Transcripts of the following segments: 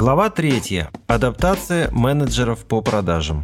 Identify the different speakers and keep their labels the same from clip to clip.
Speaker 1: Глава 3. Адаптация менеджеров по продажам.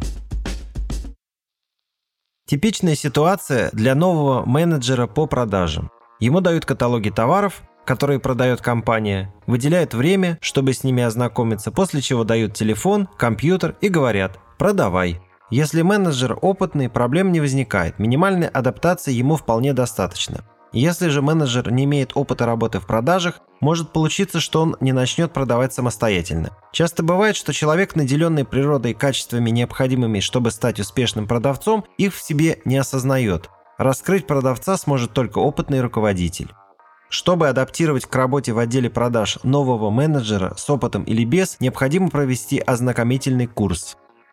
Speaker 1: Типичная ситуация для нового менеджера по продажам. Ему дают каталоги товаров, которые продает компания, выделяют время, чтобы с ними ознакомиться, после чего дают телефон, компьютер и говорят «продавай». Если менеджер опытный, проблем не возникает, минимальной адаптации ему вполне достаточно. Если же менеджер не имеет опыта работы в продажах, может получиться, что он не начнет продавать самостоятельно. Часто бывает, что человек, наделенный природой качествами, необходимыми, чтобы стать успешным продавцом, их в себе не осознает. Раскрыть продавца сможет только опытный руководитель. Чтобы адаптировать к работе в отделе продаж нового менеджера с опытом или без, необходимо провести ознакомительный курс.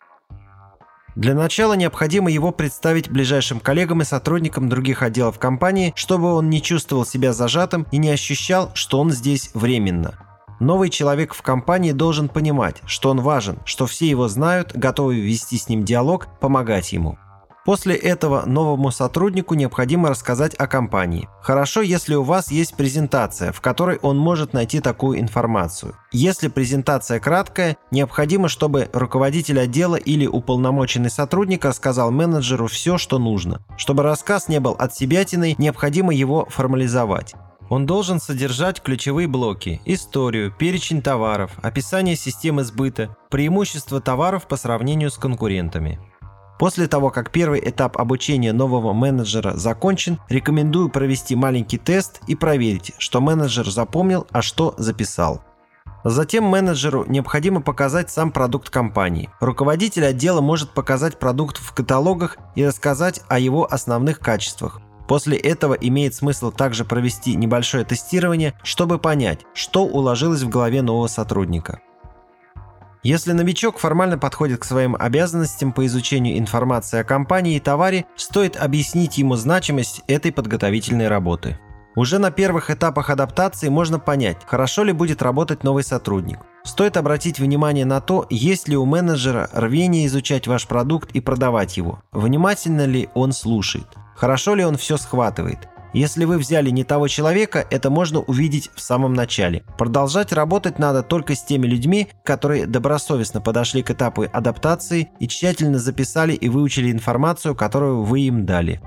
Speaker 1: Для начала необходимо его представить ближайшим коллегам и сотрудникам других отделов компании, чтобы он не чувствовал себя зажатым и не ощущал, что он здесь временно. Новый человек в компании должен понимать, что он важен, что все его знают, готовы вести с ним диалог, помогать ему. После этого новому сотруднику необходимо рассказать о компании. Хорошо, если у вас есть презентация, в которой он может найти такую информацию. Если презентация краткая, необходимо, чтобы руководитель отдела или уполномоченный сотрудник рассказал менеджеру все, что нужно. Чтобы рассказ не был отсебятиной, необходимо его формализовать. Он должен содержать ключевые блоки: историю, перечень товаров, описание системы сбыта, преимущества товаров по сравнению с конкурентами. После того, как первый этап обучения нового менеджера закончен, рекомендую провести маленький тест и проверить, что менеджер запомнил, а что записал. Затем менеджеру необходимо показать сам продукт компании. Руководитель отдела может показать продукт в каталогах и рассказать о его основных качествах. После этого имеет смысл также провести небольшое тестирование, чтобы понять, что уложилось в голове нового сотрудника. Если новичок формально подходит к своим обязанностям по изучению информации о компании и товаре, стоит объяснить ему значимость этой подготовительной работы. Уже на первых этапах адаптации можно понять, хорошо ли будет работать новый сотрудник. Стоит обратить внимание на то, есть ли у менеджера рвение изучать ваш продукт и продавать его, внимательно ли он слушает, хорошо ли он все схватывает. Если вы взяли не того человека, это можно увидеть в самом начале. Продолжать работать надо только с теми людьми, которые добросовестно подошли к этапу адаптации и тщательно записали и выучили информацию, которую вы им дали.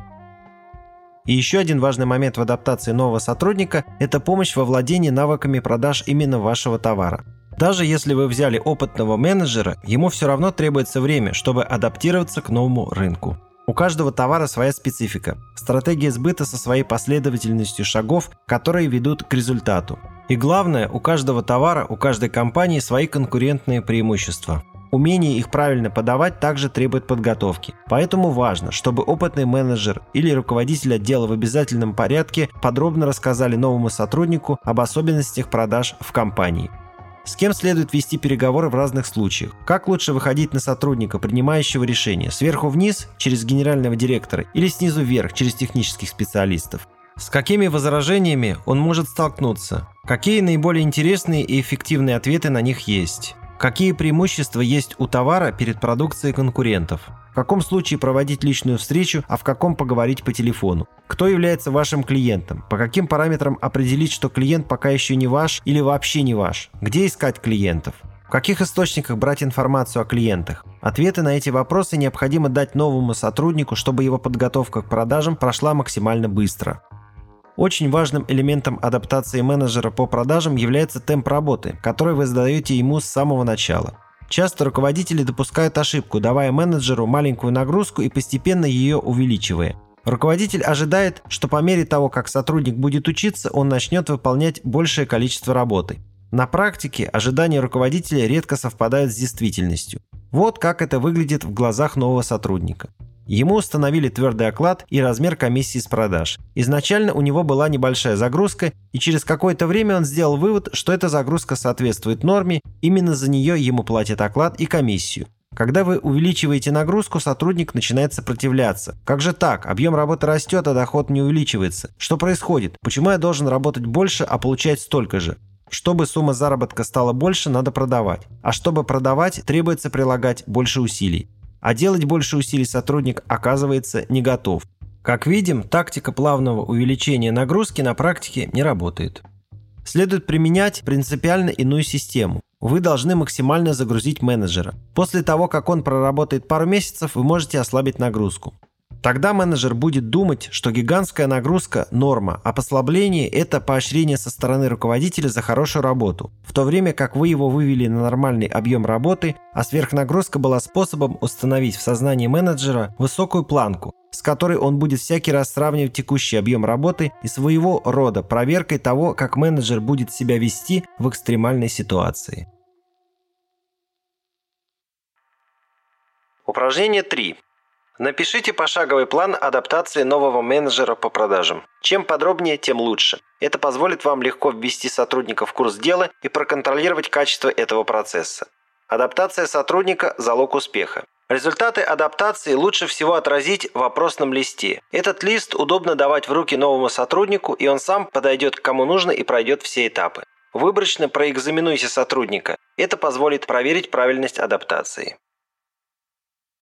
Speaker 1: И еще один важный момент в адаптации нового сотрудника – это помощь во владении навыками продаж именно вашего товара. Даже если вы взяли опытного менеджера, ему все равно требуется время, чтобы адаптироваться к новому рынку. У каждого товара своя специфика, стратегия сбыта со своей последовательностью шагов, которые ведут к результату. И главное, у каждого товара, у каждой компании свои конкурентные преимущества. Умение их правильно подавать также требует подготовки. Поэтому важно, чтобы опытный менеджер или руководитель отдела в обязательном порядке подробно рассказали новому сотруднику об особенностях продаж в компании. С кем следует вести переговоры в разных случаях? Как лучше выходить на сотрудника, принимающего решения? Сверху вниз, через генерального директора, или снизу вверх, через технических специалистов? С какими возражениями он может столкнуться? Какие наиболее интересные и эффективные ответы на них есть? Какие преимущества есть у товара перед продукцией конкурентов? В каком случае проводить личную встречу, а в каком поговорить по телефону? Кто является вашим клиентом? По каким параметрам определить, что клиент пока еще не ваш или вообще не ваш? Где искать клиентов? В каких источниках брать информацию о клиентах? Ответы на эти вопросы необходимо дать новому сотруднику, чтобы его подготовка к продажам прошла максимально быстро. Очень важным элементом адаптации менеджера по продажам является темп работы, который вы задаете ему с самого начала. Часто руководители допускают ошибку, давая менеджеру маленькую нагрузку и постепенно ее увеличивая. Руководитель ожидает, что по мере того, как сотрудник будет учиться, он начнет выполнять большее количество работы. На практике ожидания руководителя редко совпадают с действительностью. Вот как это выглядит в глазах нового сотрудника. Ему установили твердый оклад и размер комиссии с продаж. Изначально у него была небольшая загрузка, и через какое-то время он сделал вывод, что эта загрузка соответствует норме, именно за нее ему платят оклад и комиссию. Когда вы увеличиваете нагрузку, сотрудник начинает сопротивляться. Как же так? Объем работы растет, а доход не увеличивается. Что происходит? Почему я должен работать больше, а получать столько же? Чтобы сумма заработка стала больше, надо продавать. А чтобы продавать, требуется прилагать больше усилий. А делать больше усилий сотрудник, оказывается, не готов. Как видим, тактика плавного увеличения нагрузки на практике не работает. Следует применять принципиально иную систему. вы должны максимально загрузить менеджера. После того, как он проработает пару месяцев, вы можете ослабить нагрузку. Тогда менеджер будет думать, что гигантская нагрузка – норма, а послабление – это поощрение со стороны руководителя за хорошую работу, в то время как вы его вывели на нормальный объем работы, а сверхнагрузка была способом установить в сознании менеджера высокую планку, с которой он будет всякий раз сравнивать текущий объем работы и своего рода проверкой того, как менеджер будет себя вести в экстремальной ситуации. Упражнение 3. Напишите пошаговый план адаптации нового менеджера по продажам. Чем подробнее, тем лучше. Это позволит вам легко ввести сотрудника в курс дела и проконтролировать качество этого процесса. Адаптация сотрудника – залог успеха. Результаты адаптации лучше всего отразить в вопросном листе. Этот лист удобно давать в руки новому сотруднику, и он сам подойдет к кому нужно и пройдет все этапы. Выборочно проэкзаменуйте сотрудника. Это позволит проверить правильность адаптации.